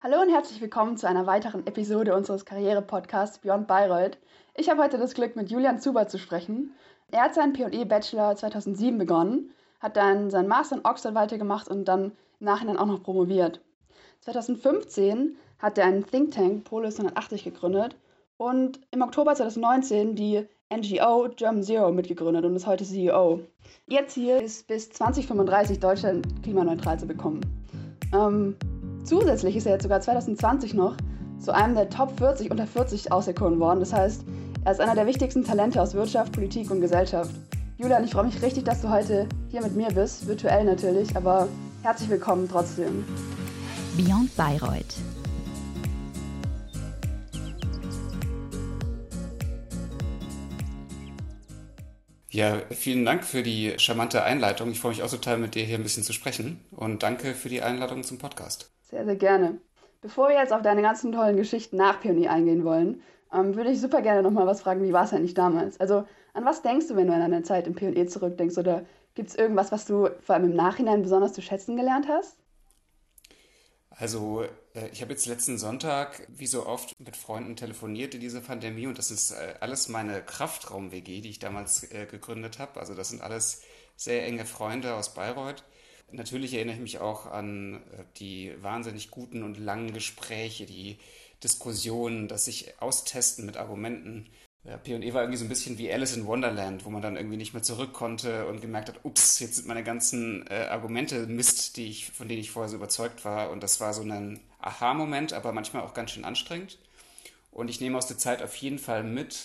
Hallo und herzlich willkommen zu einer weiteren Episode unseres Karriere-Podcasts Beyond Bayreuth. Ich habe heute das Glück, mit Julian Zuber zu sprechen. Er hat seinen P&E-Bachelor 2007 begonnen, hat dann seinen Master in Oxford weitergemacht und dann im Nachhinein auch noch promoviert. 2015 hat er einen Think Tank Polis 180 gegründet und im Oktober 2019 die NGO German Zero mitgegründet und ist heute CEO. Ihr Ziel ist, bis 2035 Deutschland klimaneutral zu bekommen. Zusätzlich ist er jetzt sogar 2020 noch zu einem der Top 40 unter 40 auserkoren worden. Das heißt, er ist einer der wichtigsten Talente aus Wirtschaft, Politik und Gesellschaft. Julian, ich freue mich richtig, dass du heute hier mit mir bist, virtuell natürlich, aber herzlich willkommen trotzdem. Beyond Bayreuth. Ja, vielen Dank für die charmante Einleitung. Ich freue mich auch total, mit dir hier ein bisschen zu sprechen. Und danke für die Einladung zum Podcast. Sehr, sehr gerne. Bevor wir jetzt auf deine ganzen tollen Geschichten nach P&E eingehen wollen, würde ich super gerne nochmal was fragen, wie war es eigentlich damals? Also an was denkst du, wenn du an deine Zeit im P&E zurückdenkst? Oder gibt es irgendwas, was du vor allem im Nachhinein besonders zu schätzen gelernt hast? Also, ich habe jetzt letzten Sonntag, wie so oft, mit Freunden telefoniert in dieser Pandemie und das ist alles meine Kraftraum-WG, die ich damals gegründet habe. Also das sind alles sehr enge Freunde aus Bayreuth. Natürlich erinnere ich mich auch an die wahnsinnig guten und langen Gespräche, die Diskussionen, das sich austesten mit Argumenten. Ja, P&E war irgendwie so ein bisschen wie Alice in Wonderland, wo man dann irgendwie nicht mehr zurück konnte und gemerkt hat, ups, jetzt sind meine ganzen Argumente Mist, von denen ich vorher so überzeugt war. Und das war so ein Aha-Moment, aber manchmal auch ganz schön anstrengend. Und ich nehme aus der Zeit auf jeden Fall mit,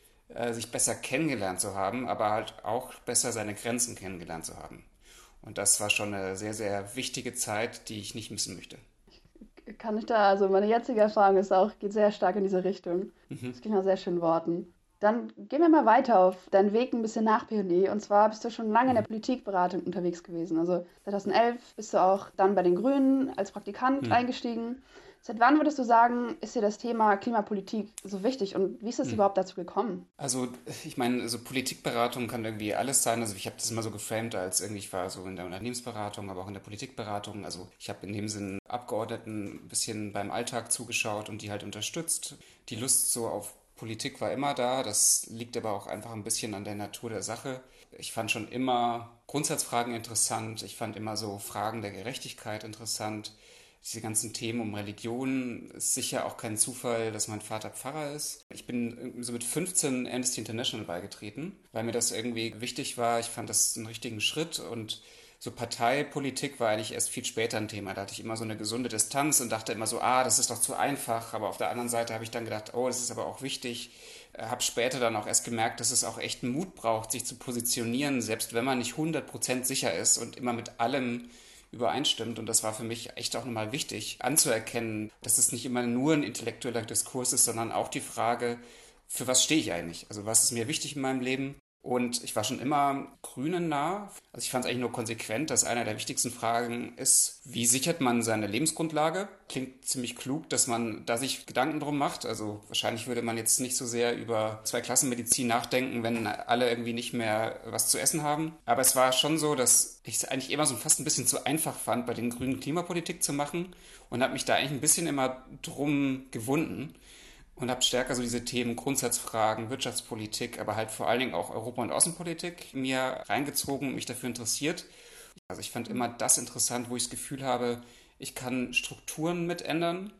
sich besser kennengelernt zu haben, aber halt auch besser seine Grenzen kennengelernt zu haben. Und das war schon eine sehr, sehr wichtige Zeit, die ich nicht missen möchte. Kann ich da, also meine jetzige Erfahrung ist auch, geht sehr stark in diese Richtung. Mhm. Das klingt nach sehr schönen Worten. Dann gehen wir mal weiter auf deinen Weg ein bisschen nach P&E. Und zwar bist du schon lange in der Mhm. Politikberatung unterwegs gewesen. Also 2011 bist du auch dann bei den Grünen als Praktikant Mhm. eingestiegen. Seit wann würdest du sagen, ist dir das Thema Klimapolitik so wichtig und wie ist es Mhm. überhaupt dazu gekommen? Also, ich meine, so Politikberatung kann irgendwie alles sein. Also, ich habe das immer so geframed, als irgendwie, ich war so in der Unternehmensberatung, aber auch in der Politikberatung. Also, ich habe in dem Sinn Abgeordneten ein bisschen beim Alltag zugeschaut und die halt unterstützt. Die Lust so auf Politik war immer da. Das liegt aber auch einfach ein bisschen an der Natur der Sache. Ich fand schon immer Grundsatzfragen interessant. Ich fand immer so Fragen der Gerechtigkeit interessant. Diese ganzen Themen um Religion ist sicher auch kein Zufall, dass mein Vater Pfarrer ist. Ich bin irgendwie so mit 15 Amnesty International beigetreten, weil mir das irgendwie wichtig war. Ich fand das einen richtigen Schritt und so Parteipolitik war eigentlich erst viel später ein Thema. Da hatte ich immer so eine gesunde Distanz und dachte immer so, das ist doch zu einfach. Aber auf der anderen Seite habe ich dann gedacht, oh, das ist aber auch wichtig. Habe später dann auch erst gemerkt, dass es auch echt Mut braucht, sich zu positionieren, selbst wenn man nicht 100% sicher ist und immer mit allem übereinstimmt. Und das war für mich echt auch nochmal wichtig anzuerkennen, dass es nicht immer nur ein intellektueller Diskurs ist, sondern auch die Frage, für was stehe ich eigentlich? Also was ist mir wichtig in meinem Leben? Und ich war schon immer Grünen nah. Also ich fand es eigentlich nur konsequent, dass einer der wichtigsten Fragen ist, wie sichert man seine Lebensgrundlage? Klingt ziemlich klug, dass man da sich Gedanken drum macht. Also wahrscheinlich würde man jetzt nicht so sehr über Zweiklassenmedizin nachdenken, wenn alle irgendwie nicht mehr was zu essen haben. Aber es war schon so, dass ich es eigentlich immer so fast ein bisschen zu einfach fand, bei den Grünen Klimapolitik zu machen und habe mich da eigentlich ein bisschen immer drum gewunden und habe stärker so diese Themen Grundsatzfragen, Wirtschaftspolitik, aber halt vor allen Dingen auch Europa- und Außenpolitik mir reingezogen und mich dafür interessiert. Also ich fand immer das interessant, wo ich das Gefühl habe, ich kann Strukturen mitändern.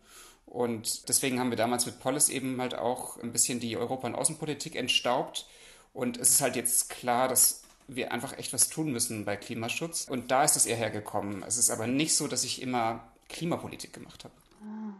Und deswegen haben wir damals mit Polis eben halt auch ein bisschen die Europa- und Außenpolitik entstaubt. Und es ist halt jetzt klar, dass wir einfach echt was tun müssen bei Klimaschutz. Und da ist es eher hergekommen. Es ist aber nicht so, dass ich immer Klimapolitik gemacht habe. Ah,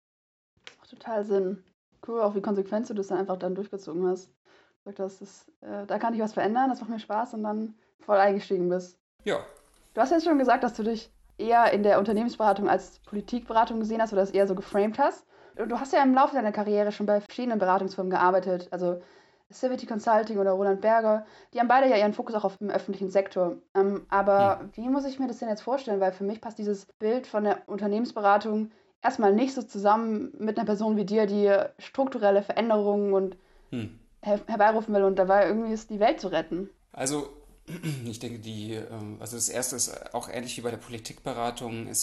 macht total Sinn. Cool, auch wie konsequent du das dann einfach dann durchgezogen hast. Gesagt hast, da kann ich was verändern, das macht mir Spaß und dann voll eingestiegen bist. Ja. Du hast jetzt schon gesagt, dass du dich eher in der Unternehmensberatung als Politikberatung gesehen hast oder das eher so geframed hast. Du hast ja im Laufe deiner Karriere schon bei verschiedenen Beratungsfirmen gearbeitet, also Civity Consulting oder Roland Berger. Die haben beide ja ihren Fokus auch auf dem öffentlichen Sektor. Hm. Aber wie muss ich mir das denn jetzt vorstellen? Weil für mich passt dieses Bild von der Unternehmensberatung erstmal nicht so zusammen mit einer Person wie dir, die strukturelle Veränderungen und Hm. herbeirufen will und dabei irgendwie ist, die Welt zu retten. Also, ich denke, also das erste ist auch ähnlich wie bei der Politikberatung, ist halt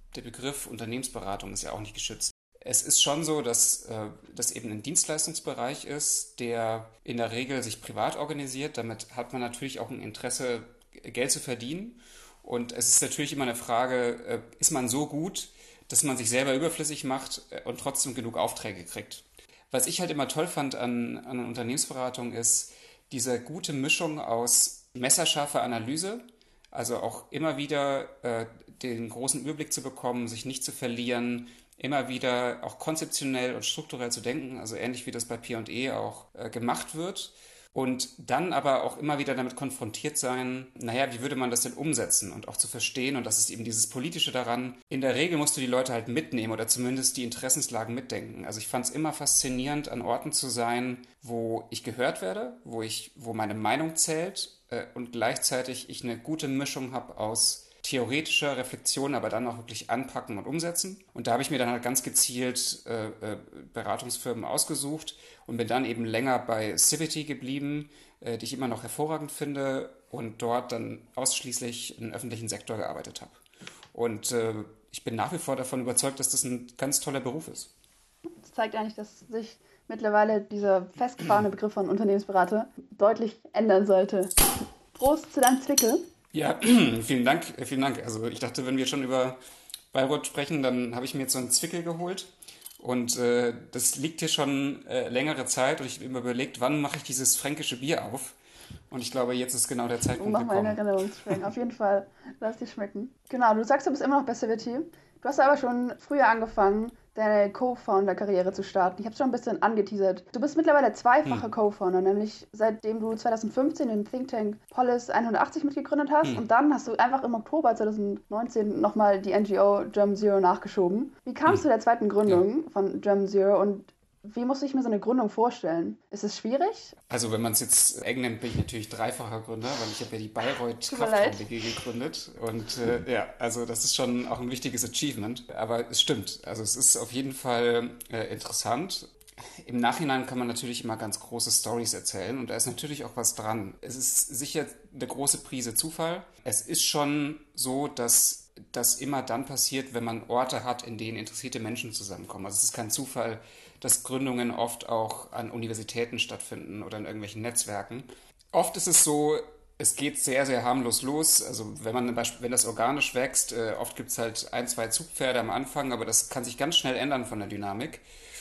der Begriff Unternehmensberatung ist ja auch nicht geschützt. Es ist schon so, dass das eben ein Dienstleistungsbereich ist, der in der Regel sich privat organisiert. Damit hat man natürlich auch ein Interesse, Geld zu verdienen. Und es ist natürlich immer eine Frage, ist man so gut, dass man sich selber überflüssig macht und trotzdem genug Aufträge kriegt. Was ich halt immer toll fand an Unternehmensberatung ist diese gute Mischung aus messerscharfer Analyse, also auch immer wieder den großen Überblick zu bekommen, sich nicht zu verlieren, immer wieder auch konzeptionell und strukturell zu denken, also ähnlich wie das bei P&E auch gemacht wird. Und dann aber auch immer wieder damit konfrontiert sein, naja, wie würde man das denn umsetzen und auch zu verstehen. Und das ist eben dieses Politische daran. In der Regel musst du die Leute halt mitnehmen oder zumindest die Interessenslagen mitdenken. Also ich fand es immer faszinierend, an Orten zu sein, wo ich gehört werde, wo meine Meinung zählt und gleichzeitig ich eine gute Mischung habe aus theoretischer Reflexion, aber dann auch wirklich anpacken und umsetzen. Und da habe ich mir dann halt ganz gezielt Beratungsfirmen ausgesucht und bin dann eben länger bei Civity geblieben, die ich immer noch hervorragend finde und dort dann ausschließlich im öffentlichen Sektor gearbeitet habe. Und ich bin nach wie vor davon überzeugt, dass das ein ganz toller Beruf ist. Das zeigt eigentlich, dass sich mittlerweile dieser festgefahrene Begriff von Unternehmensberater deutlich ändern sollte. Prost zu deinem Zwickel. Ja, vielen Dank, vielen Dank. Also ich dachte, wenn wir schon über Bayreuth sprechen, dann habe ich mir jetzt so einen Zwickel geholt und das liegt hier schon längere Zeit und ich habe immer überlegt, wann mache ich dieses fränkische Bier auf und ich glaube, jetzt ist genau der Zeitpunkt Mach mal einen gekommen. Erinnerungsschwenk. Auf jeden Fall, lass dir schmecken. Genau, du sagst, du bist immer noch bei Civity. Du hast aber schon früher angefangen, deine Co-Founder-Karriere zu starten. Ich habe es schon ein bisschen angeteasert. Du bist mittlerweile zweifacher Co-Founder, nämlich seitdem du 2015 den Think Tank Polis 180 mitgegründet hast und dann hast du einfach im Oktober 2019 nochmal die NGO Germ Zero nachgeschoben. Wie kam es zu der zweiten Gründung von Germ Zero und wie muss ich mir so eine Gründung vorstellen? Ist es schwierig? Also wenn man es jetzt eng nimmt, bin ich natürlich dreifacher Gründer, weil ich habe ja die Bayreuth Tut mir leid. Kraftraum WG gegründet und ja, also das ist schon auch ein wichtiges Achievement, aber es stimmt, also es ist auf jeden Fall interessant. Im Nachhinein kann man natürlich immer ganz große Storys erzählen und da ist natürlich auch was dran. Es ist sicher eine große Prise Zufall. Es ist schon so, dass das immer dann passiert, wenn man Orte hat, in denen interessierte Menschen zusammenkommen. Also es ist kein Zufall, dass Gründungen oft auch an Universitäten stattfinden oder in irgendwelchen Netzwerken. Oft ist es so, es geht sehr, sehr harmlos los. Also wenn das organisch wächst, oft gibt es halt ein, zwei Zugpferde am Anfang, aber das kann sich ganz schnell ändern von der Dynamik.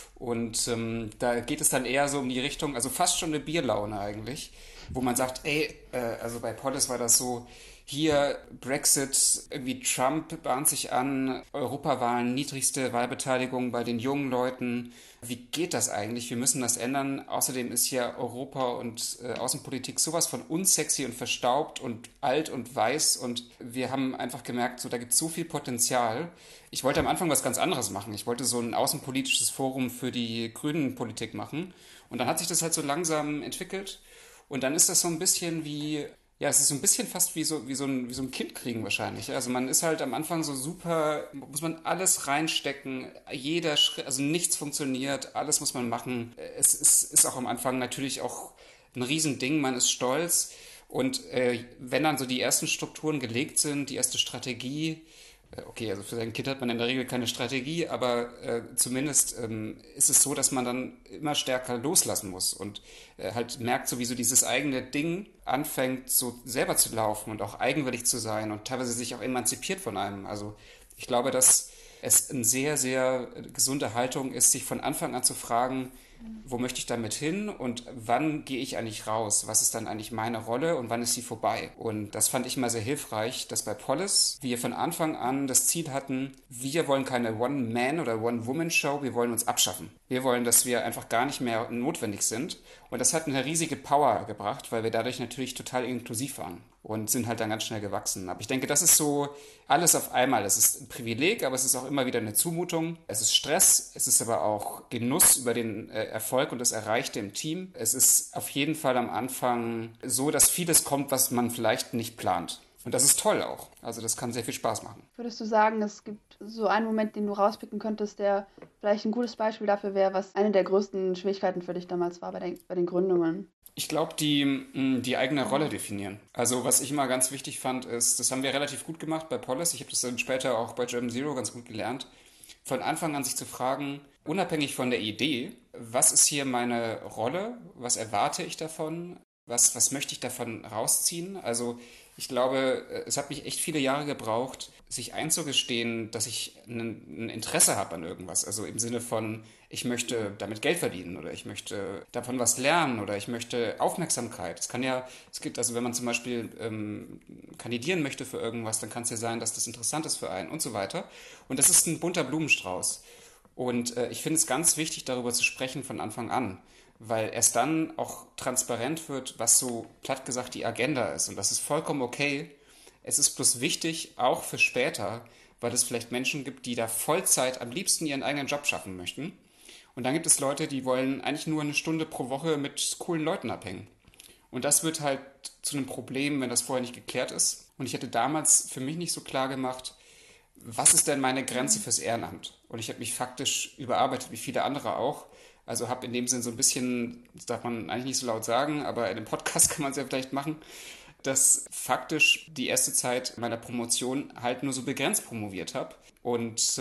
Und da geht es dann eher so um die Richtung, also fast schon eine Bierlaune eigentlich, wo man sagt, also bei Polis war das so, hier Brexit, irgendwie Trump bahnt sich an, Europawahlen, niedrigste Wahlbeteiligung bei den jungen Leuten. Wie geht das eigentlich? Wir müssen das ändern. Außerdem ist hier Europa und Außenpolitik sowas von unsexy und verstaubt und alt und weiß und wir haben einfach gemerkt, so da gibt es so viel Potenzial. Ich wollte am Anfang was ganz anderes machen. Ich wollte so ein außenpolitisches Forum für die Grünen-Politik machen und dann hat sich das halt so langsam entwickelt und dann ist das so ein bisschen wie ja, es ist so ein bisschen fast wie so ein Kind kriegen wahrscheinlich. Also man ist halt am Anfang so super, muss man alles reinstecken, jeder Schritt, also nichts funktioniert, alles muss man machen. Ist auch am Anfang natürlich auch ein Riesending, man ist stolz. Und wenn dann so die ersten Strukturen gelegt sind, die erste Strategie, okay, also für sein Kind hat man in der Regel keine Strategie, aber zumindest ist es so, dass man dann immer stärker loslassen muss und halt merkt, so wie so dieses eigene Ding anfängt, so selber zu laufen und auch eigenwillig zu sein und teilweise sich auch emanzipiert von einem. Also ich glaube, dass es eine sehr, sehr gesunde Haltung ist, sich von Anfang an zu fragen, wo möchte ich damit hin und wann gehe ich eigentlich raus? Was ist dann eigentlich meine Rolle und wann ist sie vorbei? Und das fand ich mal sehr hilfreich, dass bei Polis wir von Anfang an das Ziel hatten, wir wollen keine One-Man- oder One-Woman-Show, wir wollen uns abschaffen. Wir wollen, dass wir einfach gar nicht mehr notwendig sind. Und das hat eine riesige Power gebracht, weil wir dadurch natürlich total inklusiv waren und sind halt dann ganz schnell gewachsen. Aber ich denke, das ist so alles auf einmal. Es ist ein Privileg, aber es ist auch immer wieder eine Zumutung. Es ist Stress, es ist aber auch Genuss über den Erfolg und das Erreichte im Team. Es ist auf jeden Fall am Anfang so, dass vieles kommt, was man vielleicht nicht plant. Und das ist toll auch. Also das kann sehr viel Spaß machen. Würdest du sagen, es gibt so einen Moment, den du rauspicken könntest, der vielleicht ein gutes Beispiel dafür wäre, was eine der größten Schwierigkeiten für dich damals war bei den Gründungen? Ich glaube, die eigene Rolle definieren. Also was ich immer ganz wichtig fand, ist, das haben wir relativ gut gemacht bei Polis. Ich habe das dann später auch bei German Zero ganz gut gelernt, von Anfang an sich zu fragen, unabhängig von der Idee, was ist hier meine Rolle? Was erwarte ich davon? Was möchte ich davon rausziehen? Also ich glaube, es hat mich echt viele Jahre gebraucht, sich einzugestehen, dass ich ein Interesse habe an irgendwas. Also im Sinne von, ich möchte damit Geld verdienen oder ich möchte davon was lernen oder ich möchte Aufmerksamkeit. Es gibt also, wenn man zum Beispiel kandidieren möchte für irgendwas, dann kann es ja sein, dass das interessant ist für einen und so weiter. Und das ist ein bunter Blumenstrauß. Und ich finde es ganz wichtig, darüber zu sprechen von Anfang an, weil erst dann auch transparent wird, was so platt gesagt die Agenda ist. Und das ist vollkommen okay. Es ist bloß wichtig, auch für später, weil es vielleicht Menschen gibt, die da Vollzeit am liebsten ihren eigenen Job schaffen möchten. Und dann gibt es Leute, die wollen eigentlich nur eine Stunde pro Woche mit coolen Leuten abhängen. Und das wird halt zu einem Problem, wenn das vorher nicht geklärt ist. Und ich hätte damals für mich nicht so klar gemacht, was ist denn meine Grenze fürs Ehrenamt? Und ich habe mich faktisch überarbeitet, wie viele andere auch. Also habe in dem Sinn so ein bisschen, das darf man eigentlich nicht so laut sagen, aber in einem Podcast kann man es ja vielleicht machen, dass faktisch die erste Zeit meiner Promotion halt nur so begrenzt promoviert habe und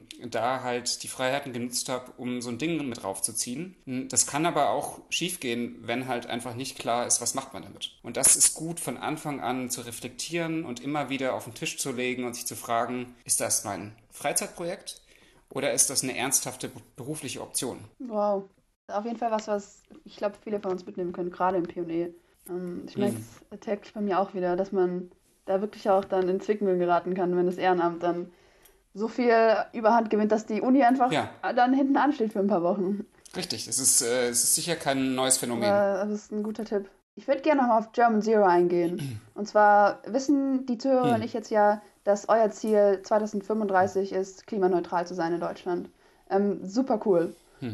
da halt die Freiheiten genutzt habe, um so ein Ding mit raufzuziehen. Das kann aber auch schiefgehen, wenn halt einfach nicht klar ist, was macht man damit. Und das ist gut von Anfang an zu reflektieren und immer wieder auf den Tisch zu legen und sich zu fragen, ist das mein Freizeitprojekt oder ist das eine ernsthafte berufliche Option? Wow. Auf jeden Fall was ich glaube, viele von uns mitnehmen können, gerade im Pionier. Ich merke es täglich bei mir auch wieder, dass man da wirklich auch dann in Zwickmühlen geraten kann, wenn das Ehrenamt dann so viel Überhand gewinnt, dass die Uni einfach Ja, dann hinten ansteht für ein paar Wochen. richtig. Es ist sicher kein neues Phänomen. Das ist ein guter Tipp. Ich würde gerne nochmal auf German Zero eingehen. Und zwar wissen die Zuhörer und ich jetzt ja, dass euer Ziel 2035 ist, klimaneutral zu sein in Deutschland. Super cool.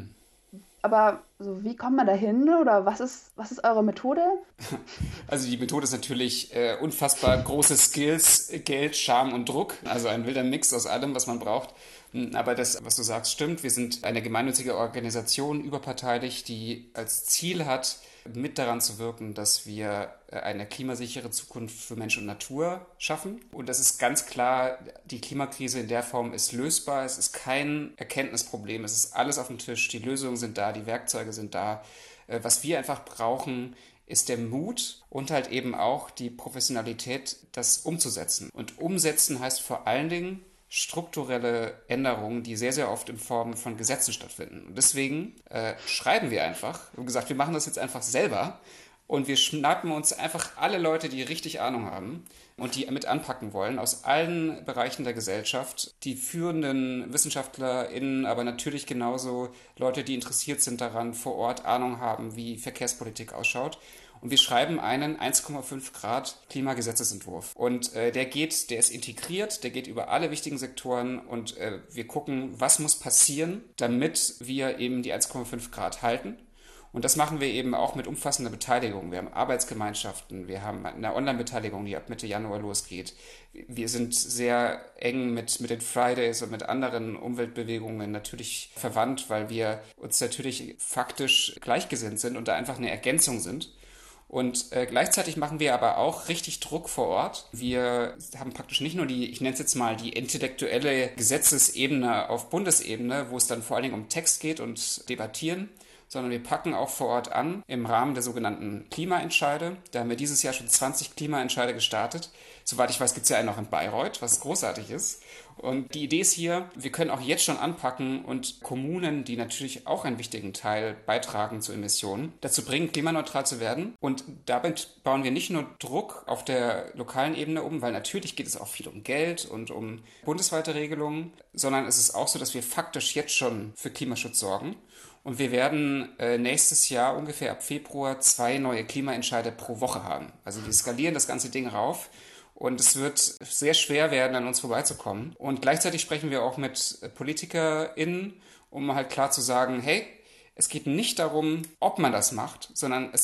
Aber so, wie kommt man da hin oder was ist eure Methode? Also die Methode ist natürlich unfassbar große Skills, Geld, Charme und Druck. Also ein wilder Mix aus allem, was man braucht. Aber das, was du sagst, stimmt. Wir sind eine gemeinnützige Organisation, überparteilich, die als Ziel hat, mit daran zu wirken, dass wir eine klimasichere Zukunft für Mensch und Natur schaffen. Und das ist ganz klar, die Klimakrise in der Form ist lösbar. Es ist kein Erkenntnisproblem. Es ist alles auf dem Tisch. Die Lösungen sind da, die Werkzeuge sind da. Was wir einfach brauchen, ist der Mut und halt eben auch die Professionalität, das umzusetzen. Und umsetzen heißt vor allen Dingen strukturelle Änderungen, die sehr, sehr oft in Form von Gesetzen stattfinden. Und deswegen schreiben wir einfach, wie gesagt, wir machen das jetzt einfach selber und wir schnappen uns einfach alle Leute, die richtig Ahnung haben und die mit anpacken wollen, aus allen Bereichen der Gesellschaft, die führenden WissenschaftlerInnen, aber natürlich genauso Leute, die interessiert sind daran, vor Ort Ahnung haben, wie Verkehrspolitik ausschaut. Und wir schreiben einen 1,5 Grad Klimagesetzesentwurf. Und der ist integriert, der geht über alle wichtigen Sektoren und wir gucken, was muss passieren, damit wir eben die 1,5 Grad halten. Und das machen wir eben auch mit umfassender Beteiligung. Wir haben Arbeitsgemeinschaften, wir haben eine Online-Beteiligung, die ab Mitte Januar losgeht. Wir sind sehr eng mit den Fridays und mit anderen Umweltbewegungen natürlich verwandt, weil wir uns natürlich faktisch gleichgesinnt sind und da einfach eine Ergänzung sind. Und gleichzeitig machen wir aber auch richtig Druck vor Ort. Wir haben praktisch nicht nur ich nenne es jetzt mal die intellektuelle Gesetzesebene auf Bundesebene, wo es dann vor allen Dingen um Text geht und Debattieren, sondern wir packen auch vor Ort an im Rahmen der sogenannten Klimaentscheide. Da haben wir dieses Jahr schon 20 Klimaentscheide gestartet. Soweit ich weiß, gibt es ja einen noch in Bayreuth, was großartig ist. Und die Idee ist hier, wir können auch jetzt schon anpacken und Kommunen, die natürlich auch einen wichtigen Teil beitragen zu Emissionen, dazu bringen, klimaneutral zu werden. Und damit bauen wir nicht nur Druck auf der lokalen Ebene um, weil natürlich geht es auch viel um Geld und um bundesweite Regelungen, sondern es ist auch so, dass wir faktisch jetzt schon für Klimaschutz sorgen. Und wir werden nächstes Jahr ungefähr ab Februar 2 neue Klimaentscheide pro Woche haben. Also wir skalieren das ganze Ding rauf. Und es wird sehr schwer werden, an uns vorbeizukommen. Und gleichzeitig sprechen wir auch mit PolitikerInnen, um halt klar zu sagen, hey, es geht nicht darum, ob man das macht, sondern es ist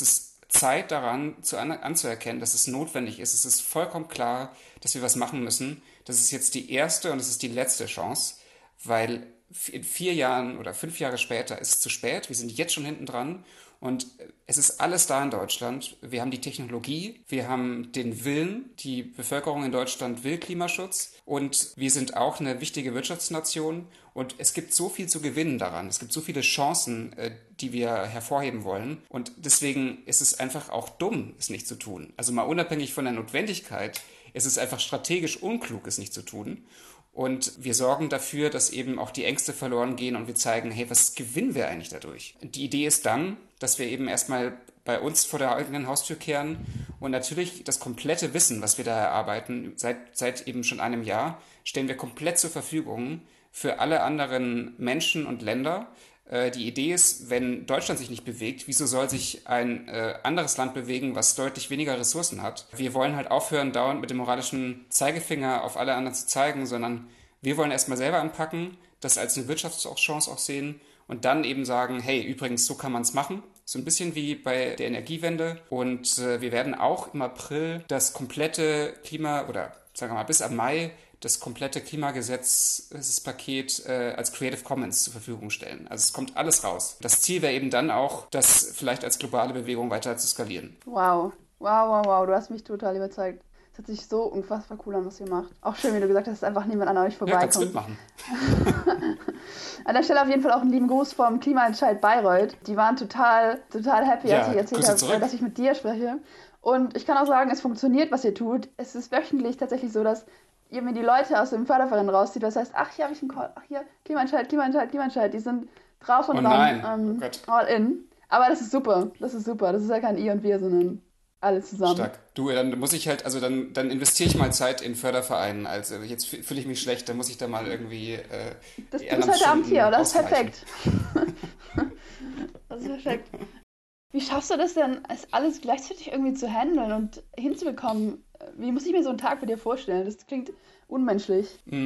Zeit daran anzuerkennen, dass es notwendig ist. Es ist vollkommen klar, dass wir was machen müssen. Das ist jetzt die erste und es ist die letzte Chance, weil in 4 Jahren oder 5 Jahre später ist es zu spät. Wir sind jetzt schon hinten dran und es ist alles da in Deutschland. Wir haben die Technologie, wir haben den Willen, die Bevölkerung in Deutschland will Klimaschutz und wir sind auch eine wichtige Wirtschaftsnation und es gibt so viel zu gewinnen daran. Es gibt so viele Chancen, die wir hervorheben wollen und deswegen ist es einfach auch dumm, es nicht zu tun. Also mal unabhängig von der Notwendigkeit, ist es einfach strategisch unklug, es nicht zu tun. Und wir sorgen dafür, dass eben auch die Ängste verloren gehen und wir zeigen, hey, was gewinnen wir eigentlich dadurch? Die Idee ist dann, dass wir eben erstmal bei uns vor der eigenen Haustür kehren und natürlich das komplette Wissen, was wir da erarbeiten, seit eben schon einem Jahr, stellen wir komplett zur Verfügung für alle anderen Menschen und Länder. Die Idee ist, wenn Deutschland sich nicht bewegt, wieso soll sich ein anderes Land bewegen, was deutlich weniger Ressourcen hat? Wir wollen halt aufhören, dauernd mit dem moralischen Zeigefinger auf alle anderen zu zeigen, sondern wir wollen erstmal selber anpacken, das als eine Wirtschaftschance auch sehen und dann eben sagen, hey, übrigens, so kann man es machen. So ein bisschen wie bei der Energiewende. Und wir werden auch im April das komplette oder sagen wir mal bis am Mai, das komplette Klimagesetzespaket als Creative Commons zur Verfügung stellen. Also es kommt alles raus. Das Ziel wäre eben dann auch, das vielleicht als globale Bewegung weiter zu skalieren. Wow. Wow. Du hast mich total überzeugt. Es hört sich so unfassbar cool an, was ihr macht. Auch schön, wie du gesagt hast, dass einfach niemand an euch vorbeikommt. Ja, kannst mitmachen. An der Stelle auf jeden Fall auch einen lieben Gruß vom Klimaentscheid Bayreuth. Die waren total happy, als ich erzählt habe, dass ich mit dir spreche. Und ich kann auch sagen, es funktioniert, was ihr tut. Es ist wöchentlich tatsächlich so, dass ihr mir die Leute aus dem Förderverein rauszieht. Das heißt, ach, hier habe ich einen Call. Ach, hier, Klimaentscheid. Die sind drauf und dran. All in. Aber das ist super. Das ist ja kein ihr und wir, sondern alle zusammen. Stark. Du, dann muss ich halt, also dann investiere ich mal Zeit in Fördervereinen. Also jetzt fühle ich mich schlecht, dann muss ich da mal irgendwie du bist heute Abend hier, oder? Das ist perfekt. Das ist perfekt. Wie schaffst du das denn, es alles gleichzeitig irgendwie zu handeln und hinzubekommen? Wie muss ich mir so einen Tag bei dir vorstellen? Das klingt unmenschlich.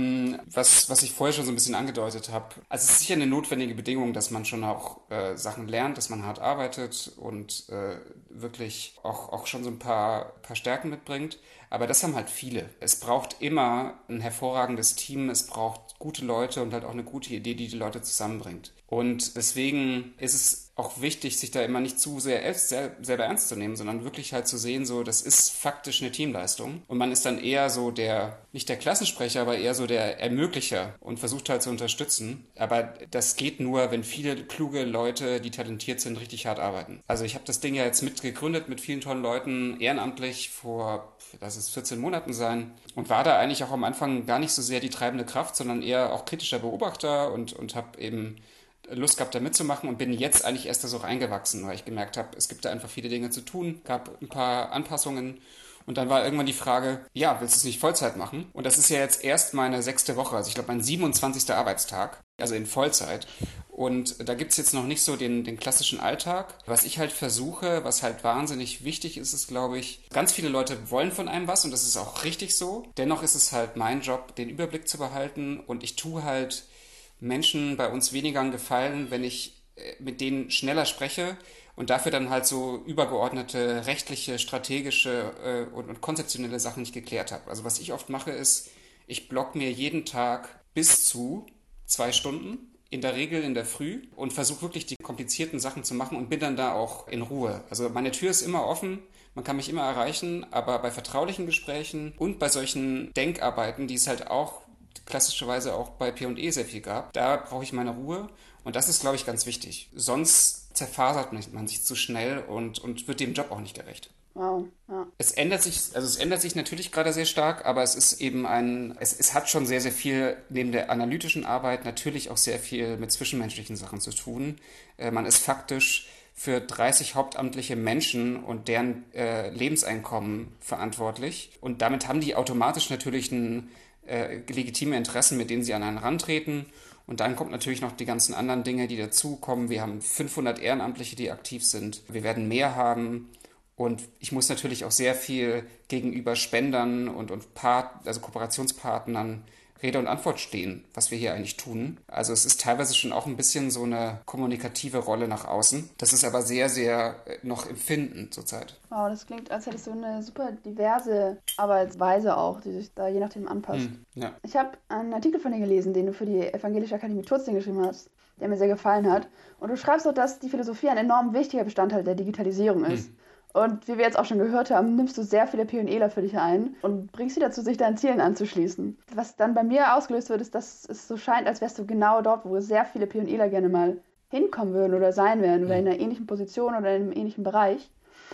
Was ich vorher schon so ein bisschen angedeutet habe. Also es ist sicher eine notwendige Bedingung, dass man schon auch Sachen lernt, dass man hart arbeitet und wirklich auch schon so ein paar Stärken mitbringt. Aber das haben halt viele. Es braucht immer ein hervorragendes Team, es braucht gute Leute und halt auch eine gute Idee, die Leute zusammenbringt. Und deswegen ist es auch wichtig, sich da immer nicht zu sehr selber ernst zu nehmen, sondern wirklich halt zu sehen, so, das ist faktisch eine Teamleistung. Und man ist dann eher so nicht der Klassensprecher, aber eher so der Ermöglicher und versucht halt zu unterstützen. Aber das geht nur, wenn viele kluge Leute, die talentiert sind, richtig hart arbeiten. Also ich habe das Ding ja jetzt mitgegründet mit vielen tollen Leuten, ehrenamtlich lass es 14 Monaten sein und war da eigentlich auch am Anfang gar nicht so sehr die treibende Kraft, sondern eher auch kritischer Beobachter und habe eben Lust gehabt, da mitzumachen und bin jetzt eigentlich erst da so reingewachsen, weil ich gemerkt habe, es gibt da einfach viele Dinge zu tun, gab ein paar Anpassungen und dann war irgendwann die Frage, ja, willst du es nicht Vollzeit machen? Und das ist ja jetzt erst meine 6. Woche, also ich glaube mein 27. Arbeitstag, also in Vollzeit. Und da gibt's jetzt noch nicht so den klassischen Alltag. Was ich halt versuche, was halt wahnsinnig wichtig ist, ist, glaube ich, ganz viele Leute wollen von einem was und das ist auch richtig so. Dennoch ist es halt mein Job, den Überblick zu behalten und ich tue halt Menschen bei uns weniger einen Gefallen, wenn ich mit denen schneller spreche und dafür dann halt so übergeordnete rechtliche, strategische und konzeptionelle Sachen nicht geklärt habe. Also was ich oft mache ist, ich block mir jeden Tag bis zu 2 Stunden, in der Regel in der Früh und versuche wirklich die komplizierten Sachen zu machen und bin dann da auch in Ruhe. Also meine Tür ist immer offen, man kann mich immer erreichen, aber bei vertraulichen Gesprächen und bei solchen Denkarbeiten, die es halt auch klassischerweise auch bei P&E sehr viel gab, da brauche ich meine Ruhe und das ist, glaube ich, ganz wichtig. Sonst zerfasert man sich zu schnell und wird dem Job auch nicht gerecht. Wow, ja. Es ändert sich natürlich gerade sehr stark, aber es ist eben es hat schon sehr, sehr viel neben der analytischen Arbeit natürlich auch sehr viel mit zwischenmenschlichen Sachen zu tun. Man ist faktisch für 30 hauptamtliche Menschen und deren Lebenseinkommen verantwortlich und damit haben die automatisch natürlich legitime Interessen, mit denen sie an einen rantreten. Und dann kommt natürlich noch die ganzen anderen Dinge, die dazukommen. Wir haben 500 Ehrenamtliche, die aktiv sind. Wir werden mehr haben. Und ich muss natürlich auch sehr viel gegenüber Spendern und also Kooperationspartnern Rede und Antwort stehen, was wir hier eigentlich tun. Also es ist teilweise schon auch ein bisschen so eine kommunikative Rolle nach außen. Das ist aber sehr, sehr noch empfindend zurzeit. Wow, das klingt, als hättest du eine super diverse Arbeitsweise auch, die sich da je nachdem anpasst. Ja. Ich habe einen Artikel von dir gelesen, den du für die Evangelische Akademie Turzing geschrieben hast, der mir sehr gefallen hat. Und du schreibst auch, dass die Philosophie ein enorm wichtiger Bestandteil der Digitalisierung ist. Und wie wir jetzt auch schon gehört haben, nimmst du sehr viele PNEler für dich ein und bringst sie dazu, sich deinen Zielen anzuschließen. Was dann bei mir ausgelöst wird, ist, dass es so scheint, als wärst du genau dort, wo sehr viele PNEler gerne mal hinkommen würden oder sein werden oder in einer ähnlichen Position oder in einem ähnlichen Bereich.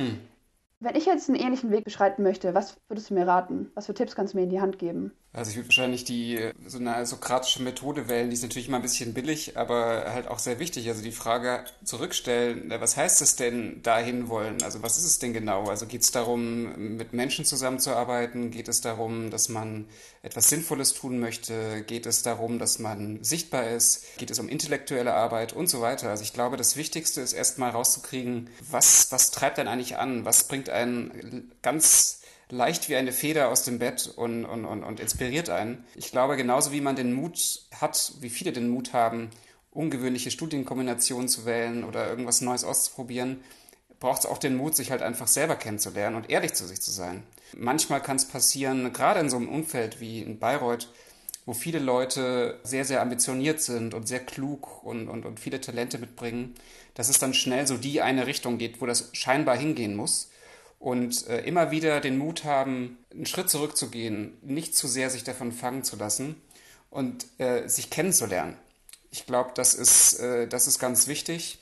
Wenn ich jetzt einen ähnlichen Weg beschreiten möchte, was würdest du mir raten? Was für Tipps kannst du mir in die Hand geben? Also ich würde wahrscheinlich so eine sokratische Methode wählen, die ist natürlich immer ein bisschen billig, aber halt auch sehr wichtig. Also die Frage zurückstellen, was heißt es denn dahin wollen? Also was ist es denn genau? Also geht es darum, mit Menschen zusammenzuarbeiten? Geht es darum, dass man etwas Sinnvolles tun möchte? Geht es darum, dass man sichtbar ist? Geht es um intellektuelle Arbeit und so weiter? Also ich glaube, das Wichtigste ist erstmal rauszukriegen, was treibt einen eigentlich an? Was bringt einen ganz leicht wie eine Feder aus dem Bett und inspiriert einen. Ich glaube, genauso wie man den Mut hat, wie viele den Mut haben, ungewöhnliche Studienkombinationen zu wählen oder irgendwas Neues auszuprobieren, braucht es auch den Mut, sich halt einfach selber kennenzulernen und ehrlich zu sich zu sein. Manchmal kann es passieren, gerade in so einem Umfeld wie in Bayreuth, wo viele Leute sehr, sehr ambitioniert sind und sehr klug und viele Talente mitbringen, dass es dann schnell so die eine Richtung geht, wo das scheinbar hingehen muss. Und immer wieder den Mut haben, einen Schritt zurückzugehen, nicht zu sehr sich davon fangen zu lassen und sich kennenzulernen. Ich glaube, das ist ganz wichtig.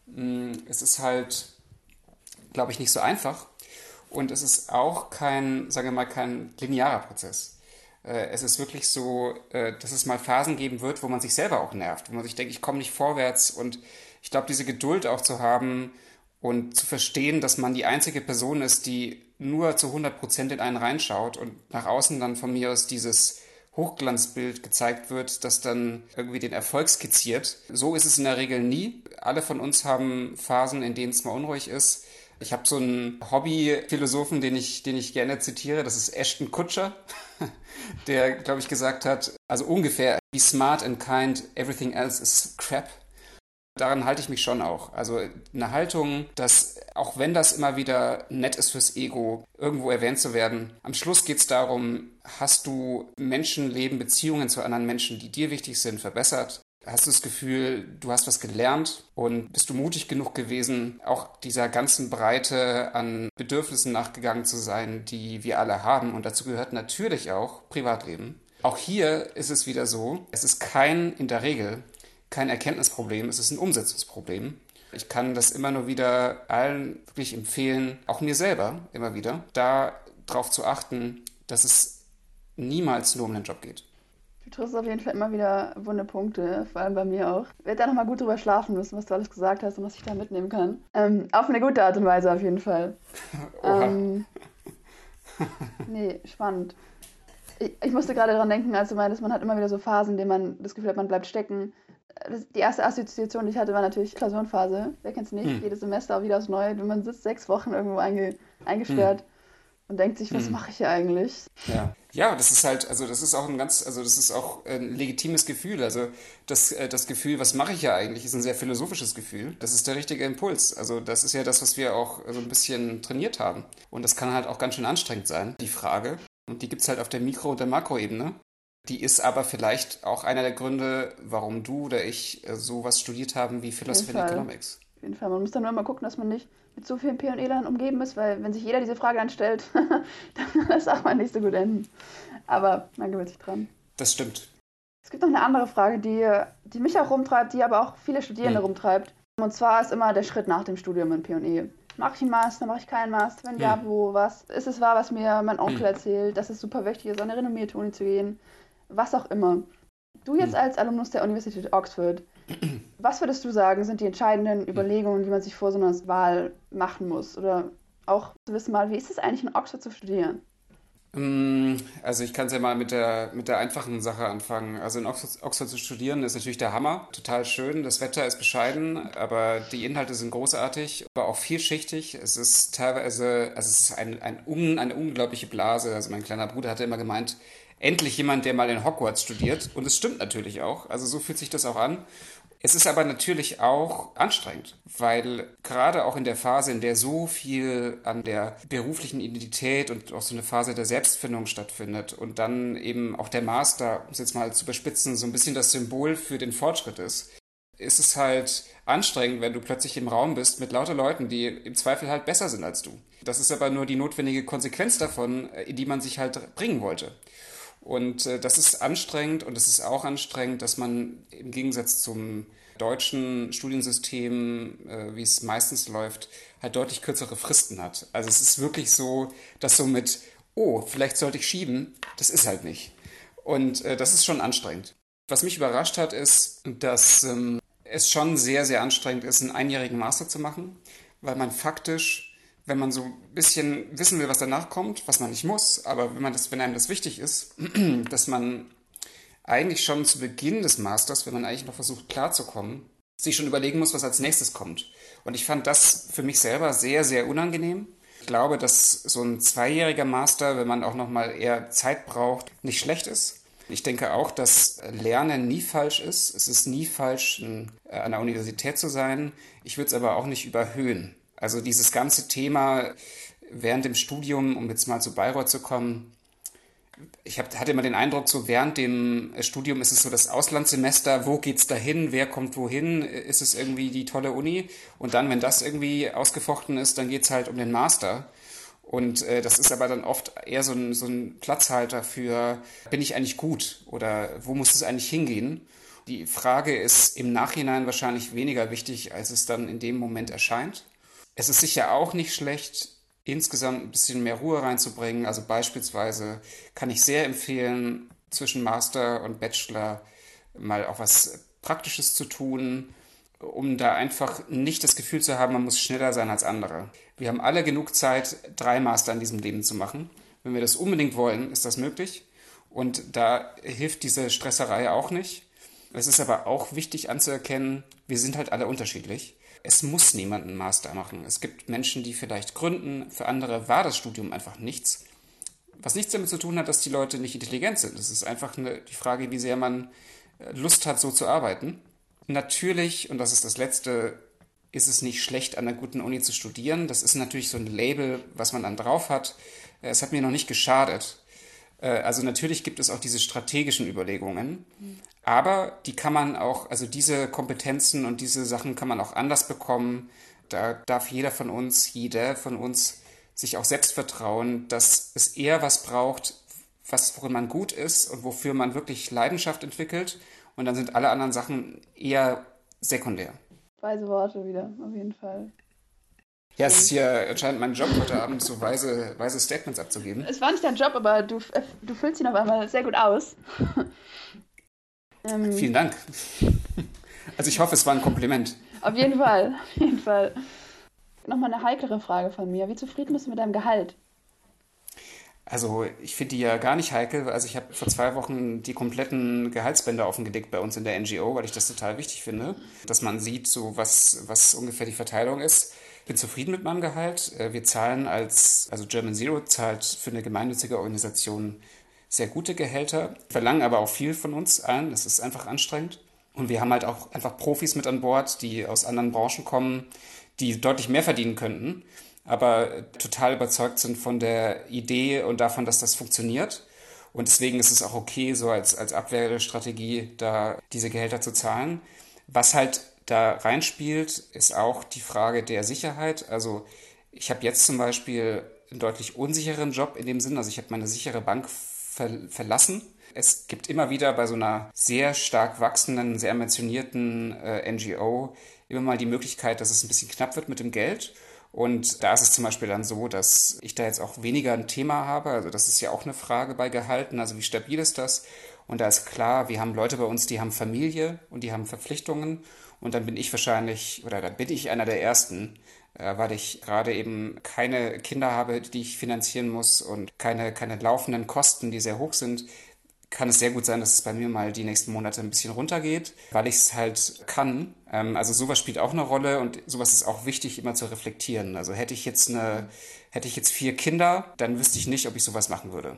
Es ist halt, glaube ich, nicht so einfach und es ist auch sagen wir mal, kein linearer Prozess. Es ist wirklich so, dass es mal Phasen geben wird, wo man sich selber auch nervt, wo man sich denkt, ich komme nicht vorwärts, und ich glaube, diese Geduld auch zu haben, und zu verstehen, dass man die einzige Person ist, die nur zu 100% in einen reinschaut und nach außen dann von mir aus dieses Hochglanzbild gezeigt wird, das dann irgendwie den Erfolg skizziert. So ist es in der Regel nie. Alle von uns haben Phasen, in denen es mal unruhig ist. Ich habe so einen Hobby-Philosophen, den ich gerne zitiere, das ist Ashton Kutcher, der, glaube ich, gesagt hat, also ungefähr, be smart and kind, everything else is crap. Daran halte ich mich schon auch. Also eine Haltung, dass, auch wenn das immer wieder nett ist fürs Ego, irgendwo erwähnt zu werden, am Schluss geht es darum, hast du Menschenleben, Beziehungen zu anderen Menschen, die dir wichtig sind, verbessert? Hast du das Gefühl, du hast was gelernt und bist du mutig genug gewesen, auch dieser ganzen Breite an Bedürfnissen nachgegangen zu sein, die wir alle haben? Und dazu gehört natürlich auch Privatleben. Auch hier ist es wieder so, es ist in der Regel kein Erkenntnisproblem, es ist ein Umsetzungsproblem. Ich kann das immer nur wieder allen wirklich empfehlen, auch mir selber immer wieder, darauf zu achten, dass es niemals nur um den Job geht. Du triffst auf jeden Fall immer wieder wunde Punkte, vor allem bei mir auch. Ich werde da nochmal gut drüber schlafen müssen, was du alles gesagt hast und was ich da mitnehmen kann. Auf eine gute Art und Weise auf jeden Fall. Nee, spannend. Ich musste gerade daran denken, als du meintest, man hat immer wieder so Phasen, in denen man das Gefühl hat, man bleibt stecken. Die erste Assoziation, die ich hatte, war natürlich Klausurenphase. Wer kennt's nicht? Jedes Semester auch wieder aufs Neue. Man sitzt 6 Wochen irgendwo eingesperrt und denkt sich, was mache ich hier eigentlich? Ja, das ist halt, also das ist auch das ist auch ein legitimes Gefühl. Also das Gefühl, was mache ich ja eigentlich, ist ein sehr philosophisches Gefühl. Das ist der richtige Impuls. Also das ist ja das, was wir auch so ein bisschen trainiert haben. Und das kann halt auch ganz schön anstrengend sein, die Frage. Und die gibt's halt auf der Mikro- und der Makroebene. Die ist aber vielleicht auch einer der Gründe, warum du oder ich sowas studiert haben wie Philosophy and Economics. Auf jeden Fall. Man muss dann nur immer gucken, dass man nicht mit so vielen P&E-Lern umgeben ist, weil wenn sich jeder diese Frage anstellt, dann wird das auch mal nicht so gut enden. Aber man gewöhnt sich dran. Das stimmt. Es gibt noch eine andere Frage, die mich auch rumtreibt, die aber auch viele Studierende rumtreibt. Und zwar ist immer der Schritt nach dem Studium in P&E. Mache ich einen Master, mache ich keinen Master? Wenn ja, wo, was? Ist es wahr, was mir mein Onkel erzählt, dass es super wichtig ist, an eine renommierte Uni zu gehen? Was auch immer. Du jetzt als Alumnus der Universität Oxford, was würdest du sagen, sind die entscheidenden Überlegungen, die man sich vor so einer Wahl machen muss? Oder auch zu wissen mal, wie ist es eigentlich in Oxford zu studieren? Also ich kann es ja mal mit der einfachen Sache anfangen. Also in Oxford zu studieren ist natürlich der Hammer. Total schön. Das Wetter ist bescheiden, aber die Inhalte sind großartig, aber auch vielschichtig. Es ist teilweise, also es ist eine unglaubliche Blase. Also mein kleiner Bruder hatte immer gemeint, endlich jemand, der mal in Hogwarts studiert. Und es stimmt natürlich auch. Also so fühlt sich das auch an. Es ist aber natürlich auch anstrengend, weil gerade auch in der Phase, in der so viel an der beruflichen Identität und auch so eine Phase der Selbstfindung stattfindet und dann eben auch der Master, um es jetzt mal zu überspitzen, so ein bisschen das Symbol für den Fortschritt ist es halt anstrengend, wenn du plötzlich im Raum bist mit lauter Leuten, die im Zweifel halt besser sind als du. Das ist aber nur die notwendige Konsequenz davon, in die man sich halt bringen wollte. Und das ist anstrengend und es ist auch anstrengend, dass man im Gegensatz zum deutschen Studiensystem, wie es meistens läuft, halt deutlich kürzere Fristen hat. Also es ist wirklich so, dass so mit, oh, vielleicht sollte ich schieben, das ist halt nicht. Und das ist schon anstrengend. Was mich überrascht hat, ist, dass es schon sehr, sehr anstrengend ist, einen einjährigen Master zu machen, weil man faktisch, wenn man so ein bisschen wissen will, was danach kommt, was man nicht muss, aber wenn einem das wichtig ist, dass man eigentlich schon zu Beginn des Masters, wenn man eigentlich noch versucht klarzukommen, sich schon überlegen muss, was als nächstes kommt. Und ich fand das für mich selber sehr, sehr unangenehm. Ich glaube, dass so ein zweijähriger Master, wenn man auch nochmal eher Zeit braucht, nicht schlecht ist. Ich denke auch, dass Lernen nie falsch ist. Es ist nie falsch, an der Universität zu sein. Ich würde es aber auch nicht überhöhen. Also dieses ganze Thema während dem Studium, um jetzt mal zu Bayreuth zu kommen, hatte immer den Eindruck, so während dem Studium ist es so das Auslandssemester, wo geht's dahin, wer kommt wohin, ist es irgendwie die tolle Uni und dann, wenn das irgendwie ausgefochten ist, dann geht's halt um den Master. Und das ist aber dann oft eher so ein Platzhalter für, bin ich eigentlich gut oder wo muss es eigentlich hingehen? Die Frage ist im Nachhinein wahrscheinlich weniger wichtig, als es dann in dem Moment erscheint. Es ist sicher auch nicht schlecht, insgesamt ein bisschen mehr Ruhe reinzubringen. Also beispielsweise kann ich sehr empfehlen, zwischen Master und Bachelor mal auch was Praktisches zu tun, um da einfach nicht das Gefühl zu haben, man muss schneller sein als andere. Wir haben alle genug Zeit, 3 Master in diesem Leben zu machen. Wenn wir das unbedingt wollen, ist das möglich. Und da hilft diese Stresserei auch nicht. Es ist aber auch wichtig anzuerkennen, wir sind halt alle unterschiedlich. Es muss niemand einen Master machen. Es gibt Menschen, die vielleicht gründen, für andere war das Studium einfach nichts. Was nichts damit zu tun hat, dass die Leute nicht intelligent sind. Es ist einfach die Frage, wie sehr man Lust hat, so zu arbeiten. Natürlich, und das ist das Letzte, ist es nicht schlecht, an einer guten Uni zu studieren. Das ist natürlich so ein Label, was man dann drauf hat. Es hat mir noch nicht geschadet. Also natürlich gibt es auch diese strategischen Überlegungen, aber die kann man auch, also diese Kompetenzen und diese Sachen kann man auch anders bekommen. Da darf jeder von uns sich auch selbst vertrauen, dass es eher was braucht, worin man gut ist und wofür man wirklich Leidenschaft entwickelt. Und dann sind alle anderen Sachen eher sekundär. Weise Worte wieder, auf jeden Fall. Ja, es ist hier anscheinend mein Job, heute Abend so weise Statements abzugeben. Es war nicht dein Job, aber du füllst ihn auf einmal sehr gut aus. Vielen Dank. Also ich hoffe, es war ein Kompliment. Auf jeden Fall, auf jeden Fall. Nochmal eine heiklere Frage von mir. Wie zufrieden bist du mit deinem Gehalt? Also ich finde die ja gar nicht heikel. Also ich habe vor 2 Wochen die kompletten Gehaltsbänder offengelegt bei uns in der NGO, weil ich das total wichtig finde, dass man sieht, so was ungefähr die Verteilung ist. Ich bin zufrieden mit meinem Gehalt. Wir zahlen also German Zero zahlt für eine gemeinnützige Organisation sehr gute Gehälter, verlangen aber auch viel von uns allen. Das ist einfach anstrengend. Und wir haben halt auch einfach Profis mit an Bord, die aus anderen Branchen kommen, die deutlich mehr verdienen könnten, aber total überzeugt sind von der Idee und davon, dass das funktioniert. Und deswegen ist es auch okay, so als Abwehrstrategie da diese Gehälter zu zahlen. Was halt da reinspielt, ist auch die Frage der Sicherheit. Also ich habe jetzt zum Beispiel einen deutlich unsicheren Job in dem Sinn, also ich habe meine sichere Bank verlassen. Es gibt immer wieder bei so einer sehr stark wachsenden, sehr ambitionierten NGO immer mal die Möglichkeit, dass es ein bisschen knapp wird mit dem Geld. Und da ist es zum Beispiel dann so, dass ich da jetzt auch weniger ein Thema habe. Also das ist ja auch eine Frage bei Gehalten. Also wie stabil ist das? Und da ist klar, wir haben Leute bei uns, die haben Familie und die haben Verpflichtungen. Und dann bin ich einer der Ersten, weil ich gerade eben keine Kinder habe, die ich finanzieren muss und keine laufenden Kosten, die sehr hoch sind, kann es sehr gut sein, dass es bei mir mal die nächsten Monate ein bisschen runtergeht, weil ich es halt kann. Also sowas spielt auch eine Rolle und sowas ist auch wichtig, immer zu reflektieren. Also hätte ich jetzt 4 Kinder, dann wüsste ich nicht, ob ich sowas machen würde.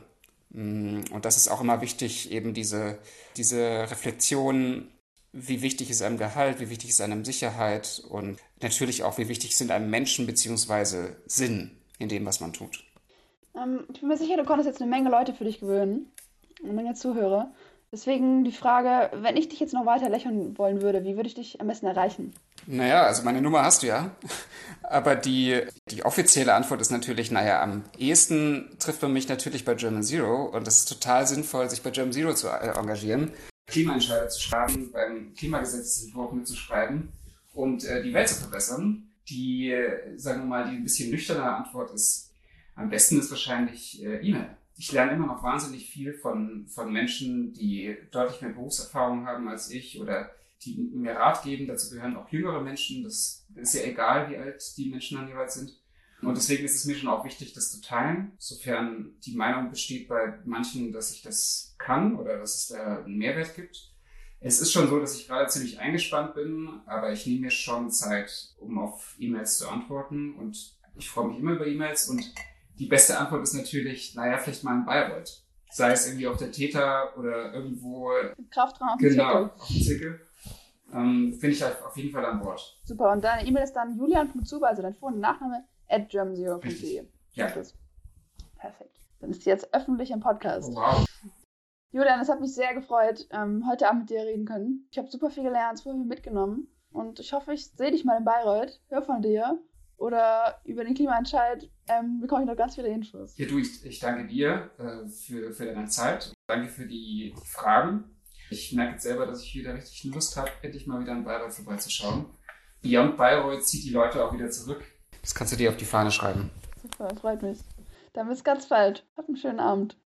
Und das ist auch immer wichtig, eben diese Reflexion, wie wichtig ist einem Gehalt, wie wichtig ist einem Sicherheit und natürlich auch, wie wichtig sind einem Menschen bzw. Sinn in dem, was man tut. Ich bin mir sicher, du konntest jetzt eine Menge Leute für dich gewöhnen, eine Menge Zuhörer. Deswegen die Frage, wenn ich dich jetzt noch weiter lächeln wollen würde, wie würde ich dich am besten erreichen? Naja, also meine Nummer hast du ja. Aber die offizielle Antwort ist natürlich, naja, am ehesten trifft man mich natürlich bei German Zero und es ist total sinnvoll, sich bei German Zero zu engagieren, Klimaentscheider zu schreiben, beim Klimagesetzentwurf mitzuschreiben und die Welt zu verbessern. Die, sagen wir mal, die ein bisschen nüchterne Antwort ist, am besten ist wahrscheinlich E-Mail. Ich lerne immer noch wahnsinnig viel von Menschen, die deutlich mehr Berufserfahrung haben als ich oder die mir Rat geben. Dazu gehören auch jüngere Menschen. Das ist ja egal, wie alt die Menschen dann jeweils sind. Und deswegen ist es mir schon auch wichtig, das zu teilen, sofern die Meinung besteht bei manchen, dass ich das kann oder dass es da einen Mehrwert gibt. Es ist schon so, dass ich gerade ziemlich eingespannt bin, aber ich nehme mir schon Zeit, um auf E-Mails zu antworten und ich freue mich immer über E-Mails und die beste Antwort ist natürlich, naja, vielleicht mal ein Bayreuth. Sei es irgendwie auf der Täter oder irgendwo. Kraftraum auf dem Genau, Zirkel. auf dem Zirkel. Bin ich auf jeden Fall an Bord. Super, und deine E-Mail ist dann julian.zuber, also dein Vor- und Nachname, @germzero.de. Ja. Perfekt. Dann ist die jetzt öffentlich im Podcast. Oh, wow. Julian, es hat mich sehr gefreut, heute Abend mit dir reden können. Ich habe super viel gelernt, super viel mitgenommen. Und ich hoffe, ich sehe dich mal in Bayreuth, höre von dir. Oder über den Klimaentscheid bekomme ich noch ganz viele Infos. Ja, du, ich danke dir für deine Zeit. Danke für die Fragen. Ich merke jetzt selber, dass ich wieder richtig Lust habe, endlich mal wieder in Bayreuth vorbeizuschauen. Beyond Bayreuth zieht die Leute auch wieder zurück. Das kannst du dir auf die Fahne schreiben. Super, freut mich. Dann bis ganz bald. Habt einen schönen Abend.